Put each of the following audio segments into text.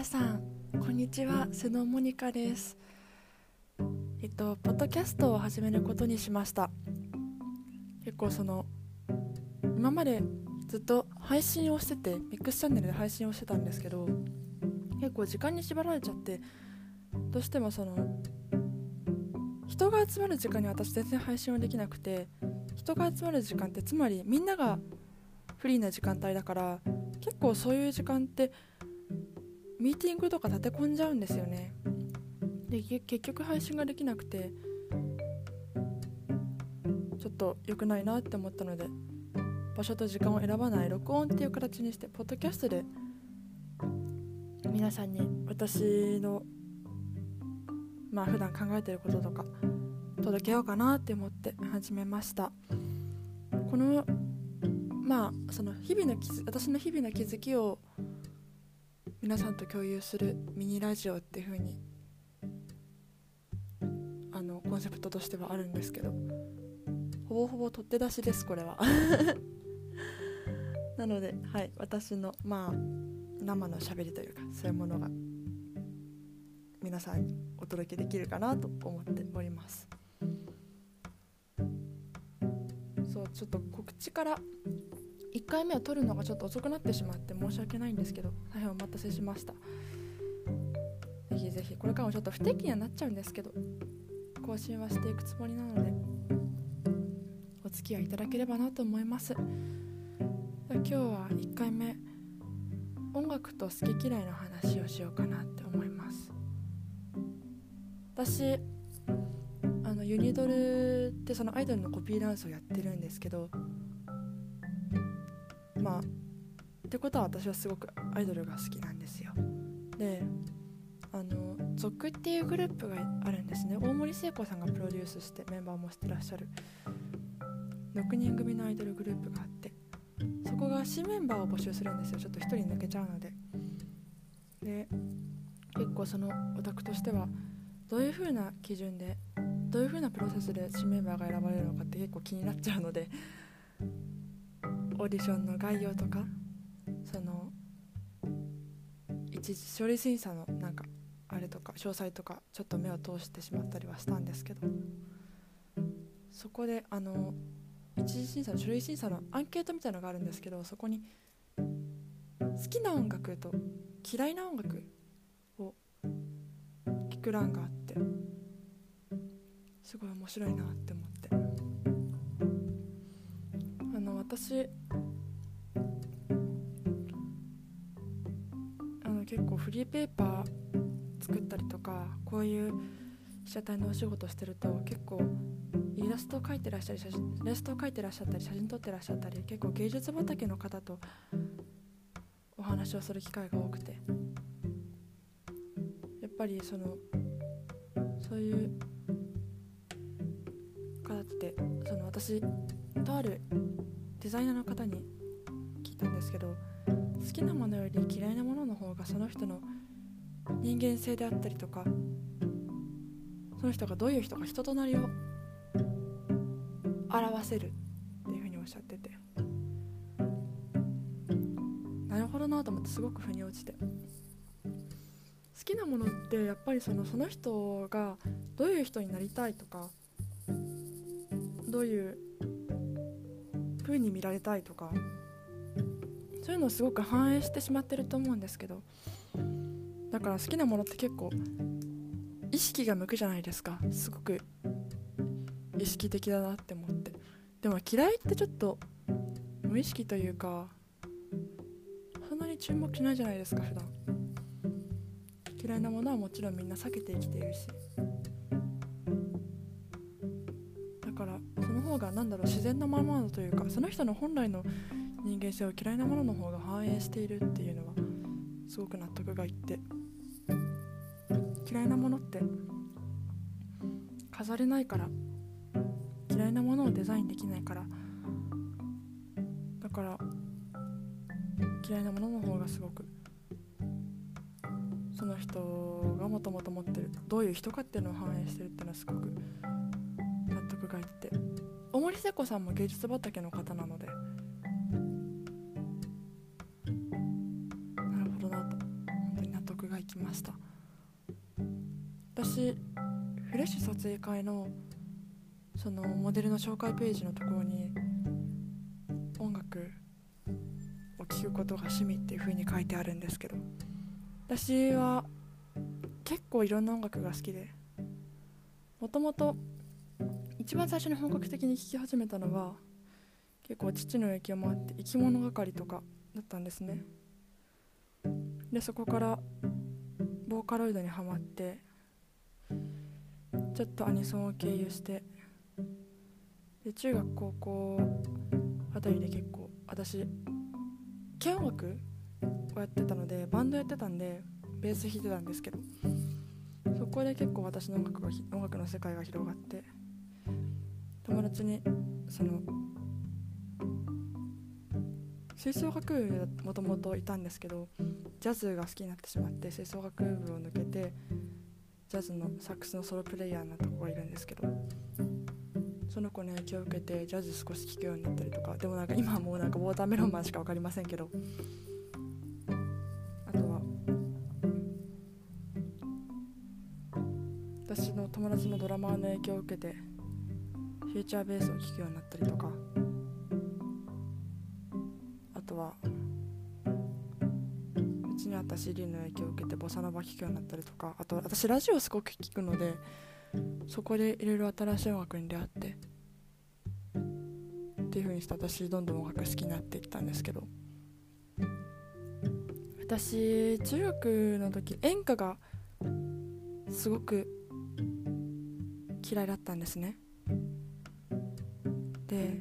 皆さんこんにちは、スノーモニカです。ポッドキャストを始めることにしました。結構今までずっと配信をしてて、ミックスチャンネルで配信をしてたんですけど、結構時間に縛られちゃって、どうしても人が集まる時間に私全然配信をできなくて、人が集まる時間ってつまりみんながフリーな時間帯だから、結構そういう時間ってミーティングとか立て込んじゃうんですよね。で結局配信ができなくて、ちょっと良くないなって思ったので、場所と時間を選ばない録音っていう形にして、ポッドキャストで皆さんに私の普段考えていることとか届けようかなって思って始めました。この私の日々の気づきを皆さんと共有するミニラジオっていう風にコンセプトとしてはあるんですけど、ほぼほぼ取って出しです、これはなので、私の生の喋りというか、そういうものが皆さんにお届けできるかなと思っております。ちょっと告知から1回目を撮るのがちょっと遅くなってしまって申し訳ないんですけど、大変お待たせしました。ぜひぜひこれからもちょっと不定期にはなっちゃうんですけど、更新はしていくつもりなので、お付き合いいただければなと思います。今日は1回目、音楽と好き嫌いの話をしようかなって思います。私ユニドルってアイドルのコピーダンスをやってるんですけど、ってことは私はすごくアイドルが好きなんですよ。で、族っていうグループがあるんですね。大森聖子さんがプロデュースしてメンバーもしてらっしゃる6人組のアイドルグループがあって、そこが新メンバーを募集するんですよ。ちょっと1人抜けちゃうので。で、結構オタクとしてはどういう風な基準で、どういう風なプロセスで新メンバーが選ばれるのかって結構気になっちゃうので、オーディションの概要とか一次処理審査のあれとか詳細とかちょっと目を通してしまったりはしたんですけど、そこで一次審査の書類審査のアンケートみたいなのがあるんですけど、そこに好きな音楽と嫌いな音楽を聞く欄があって、すごい面白いなって思って、私結構フリーペーパー作ったりとか、こういう被写体のお仕事してると、結構イラストを描いてらっしゃったり写真撮ってらっしゃったり、結構芸術畑の方とお話をする機会が多くて、やっぱりそういう方って私とあるデザイナーの方に聞いたんですけど、好きなものより嫌いなものの方がその人の人間性であったりとか、その人がどういう人か、人となりを表せるっていうふうにおっしゃってて、なるほどなと思って、すごく腑に落ちて、好きなものってやっぱりその人がどういう人になりたいとか、どういう風に見られたいとか、そういうのをすごく反映してしまってると思うんですけど、だから好きなものって結構意識が向くじゃないですか。すごく意識的だなって思って。でも嫌いってちょっと無意識というか、そんなに注目しないじゃないですか、普段。嫌いなものはもちろんみんな避けて生きているし、だからその方が自然なままだというか、その人の本来の人間性を嫌いなものの方が反映しているっていうのはすごく納得がいって、嫌いなものって飾れないから、嫌いなものをデザインできないから、だから嫌いなものの方がすごくその人がもともと持ってるどういう人かっていうのを反映してるっていうのはすごく納得がいって、大森聖子さんも芸術畑の方なので、なるほどなと本当に納得がいっました。私フレッシュ撮影会のそのモデルの紹介ページのところに音楽を聴くことが趣味っていう風に書いてあるんですけど、私は結構いろんな音楽が好きで、もともと一番最初に本格的に聴き始めたのは結構父の影響もあって生き物係とかだったんですね。でそこからボーカロイドにハマって、ちょっとアニソンを経由して、で中学高校あたりで結構私軽音楽をやってたので、バンドやってたんでベース弾いてたんですけど、そこで結構私の音楽の世界が広がって、友達にその吹奏楽部もともといたんですけど、ジャズが好きになってしまって、吹奏楽部を抜けてジャズのサックスのソロプレイヤーなとこがいるんですけど、その子に影響を受けてジャズ少し聴くようになったりとか、でもなんか今はもうなんかウォーターメロンマンしか分かりませんけど、あとは私の友達のドラマーの影響を受けてフューチャーベースを聴くようになったりとか、あとはうちにあった CD の影響を受けてボサノバ聴くようになったりとか、あと私ラジオすごく聴くので、そこでいろいろ新しい音楽に出会ってっていう風にして、私どんどん音楽好きになっていったんですけど、私中学の時演歌がすごく嫌いだったんですね。で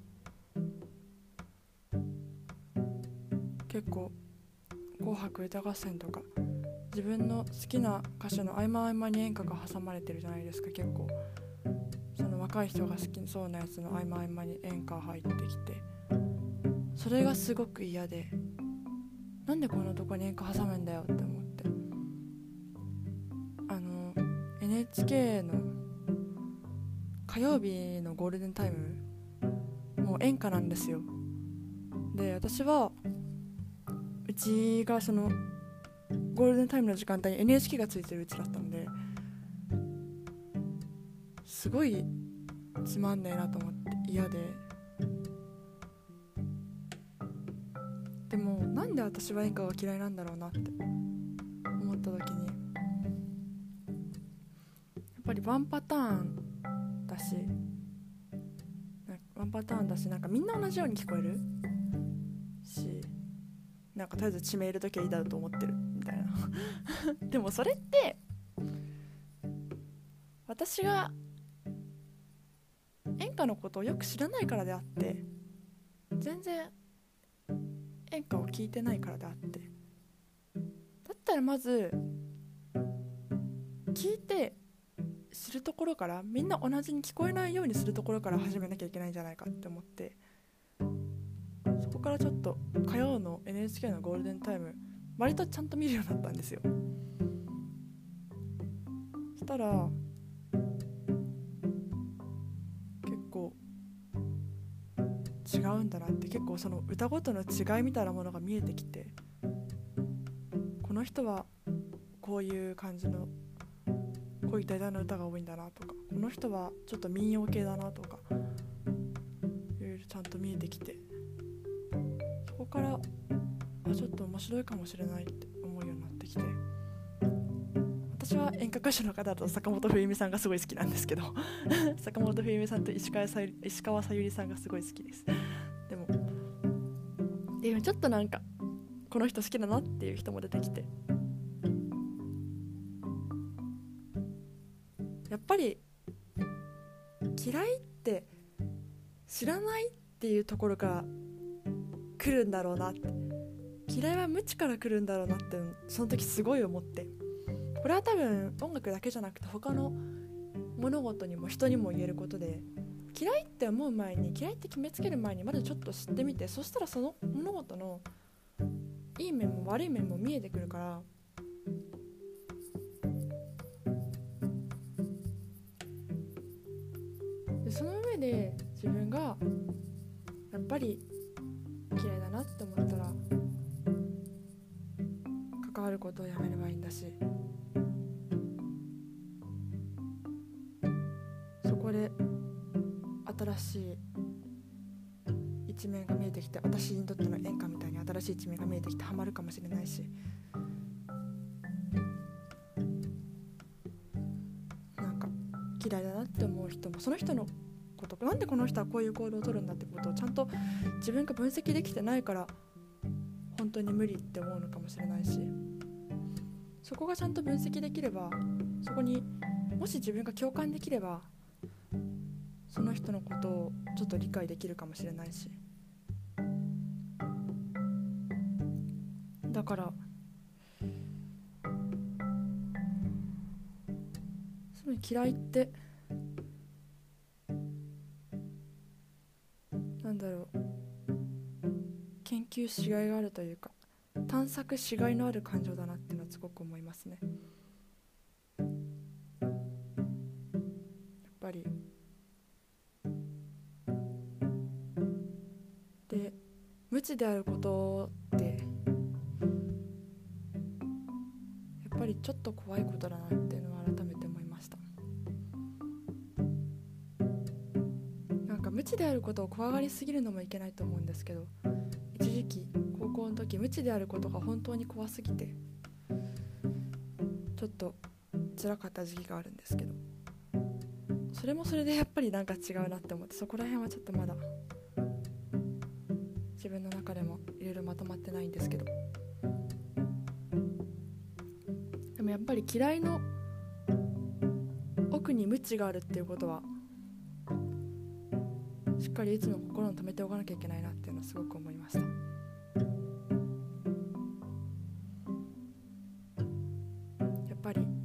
結構紅白歌合戦とか自分の好きな歌手の合間合間に演歌が挟まれてるじゃないですか。結構その若い人が好きそうなやつの合間合間に演歌入ってきて、それがすごく嫌で、なんでこんなとこに演歌挟むんだよって思って、NHK の火曜日のゴールデンタイムもう演歌なんですよ。で私はうちがそのゴールデンタイムの時間帯に NHK がついてるうちだったので、すごいつまんないなと思って嫌で、でもなんで私は演歌が嫌いなんだろうなって思った時に、やっぱりワンパターンだしなんかみんな同じように聞こえるし、なんかとりあえず地名入れるときはいいだろうと思ってるみたいなでもそれって私が演歌のことをよく知らないからであって、全然演歌を聴いてないからであって、だったらまず聞いて知るところから、みんな同じに聞こえないようにするところから始めなきゃいけないんじゃないかって思って、そこからちょっと火曜の NHK のゴールデンタイム割とちゃんと見るようになったんですよ。そしたら結構違うんだなって、結構その歌ごとの違いみたいなものが見えてきて、この人はこういう感じのこういう題材の歌が多いんだなとか、この人はちょっと民謡系だなとか、いろいろちゃんと見えてきて、そこからちょっと面白いかもしれないって思うようになってきて、私は演歌歌手の方だと坂本冬美さんがすごい好きなんですけど坂本冬美さんと石川さゆりさんがすごい好きです。でもちょっとなんかこの人好きだなっていう人も出てきて、やっぱり嫌いって知らないっていうところから来るんだろうなって、嫌いは無知から来るんだろうなってその時すごい思って、これは多分音楽だけじゃなくて他の物事にも人にも言えることで、嫌いって思う前に、嫌いって決めつける前にまずちょっと知ってみて、そしたらその物事のいい面も悪い面も見えてくるから、でその上で自分がやっぱり嫌いだなって思ったら関わるることをやめればいいんだし、そこで新しい一面が見えてきて、私にとっての演歌みたいに新しい一面が見えてきてハマるかもしれないし、なんか嫌いだなって思う人も、その人のこと、なんでこの人はこういう行動を取るんだってことをちゃんと自分が分析できてないから本当に無理って思うのかもしれないし、そこがちゃんと分析できれば、そこにもし自分が共感できれば、その人のことをちょっと理解できるかもしれないし、だからすごい嫌いってなんだろう、研究しがいがあるというか探索しがいのある感情だなっていうのはすごく思いますね。やっぱりで、無知であることってやっぱりちょっと怖いことだなっていうのは改めて思いました。なんか無知であることを怖がりすぎるのもいけないと思うんですけど、一時期高校の時無知であることが本当に怖すぎてちょっと辛かった時期があるんですけど、それもそれでやっぱりなんか違うなって思って、そこら辺はちょっとまだ自分の中でもいろいろまとまってないんですけど、でもやっぱり嫌いの奥に無知があるっていうことはしっかりいつも心に留めておかなきゃいけないなっていうのはすごく思いました。やっぱり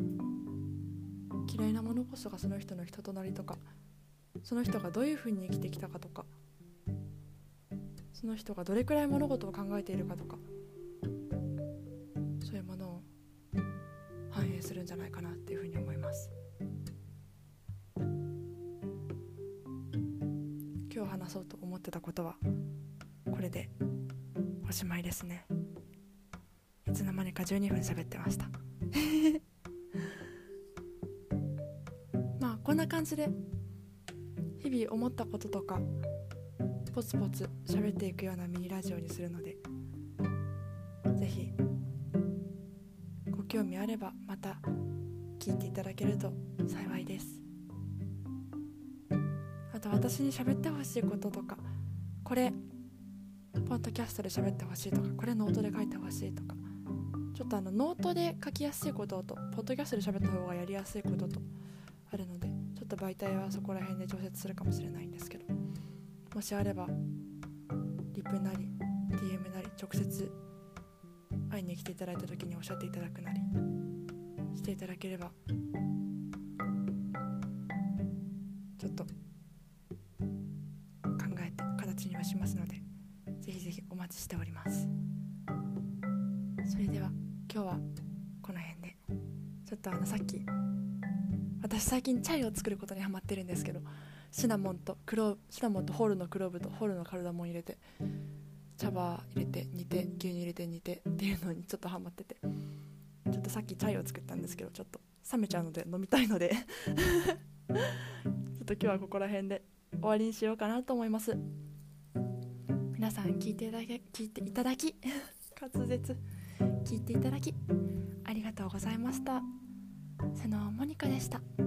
嫌いなものこそがその人の人となりとか、その人がどういうふうに生きてきたかとか、その人がどれくらい物事を考えているかとか、そういうものを反映するんじゃないかなっていうふうに思います。今日話そうと思ってたことはこれでおしまいですね。いつの間にか12分喋ってましたまあこんな感じで日々思ったこととかポツポツ喋っていくようなミニラジオにするので、ぜひご興味あればまた聞いていただけると幸いです。あと私に喋ってほしいこととか、これポッドキャストで喋ってほしいとか、これノートで書いてほしいとか、ちょっとノートで書きやすいこととポッドキャストで喋った方がやりやすいこととあるので、ちょっと媒体はそこら辺で調節するかもしれないんですけど、もしあればリプなり DM なり直接会いに来ていただいた時におっしゃっていただくなりしていただければ、ちょっと考えて形にはしますので、ぜひぜひお待ちしております。それでは今日はこの辺で、ちょっとさっき私最近チャイを作ることにハマってるんですけど、シナモンとホールのクローブとホールのカルダモン入れて茶葉入れて煮て牛乳入れて煮てっていうのにちょっとハマってて、ちょっとさっきチャイを作ったんですけどちょっと冷めちゃうので飲みたいのでちょっと今日はここら辺で終わりにしようかなと思います。皆さん聞いていただき滑舌聞いていただきありがとうございました。瀬野モニカでした。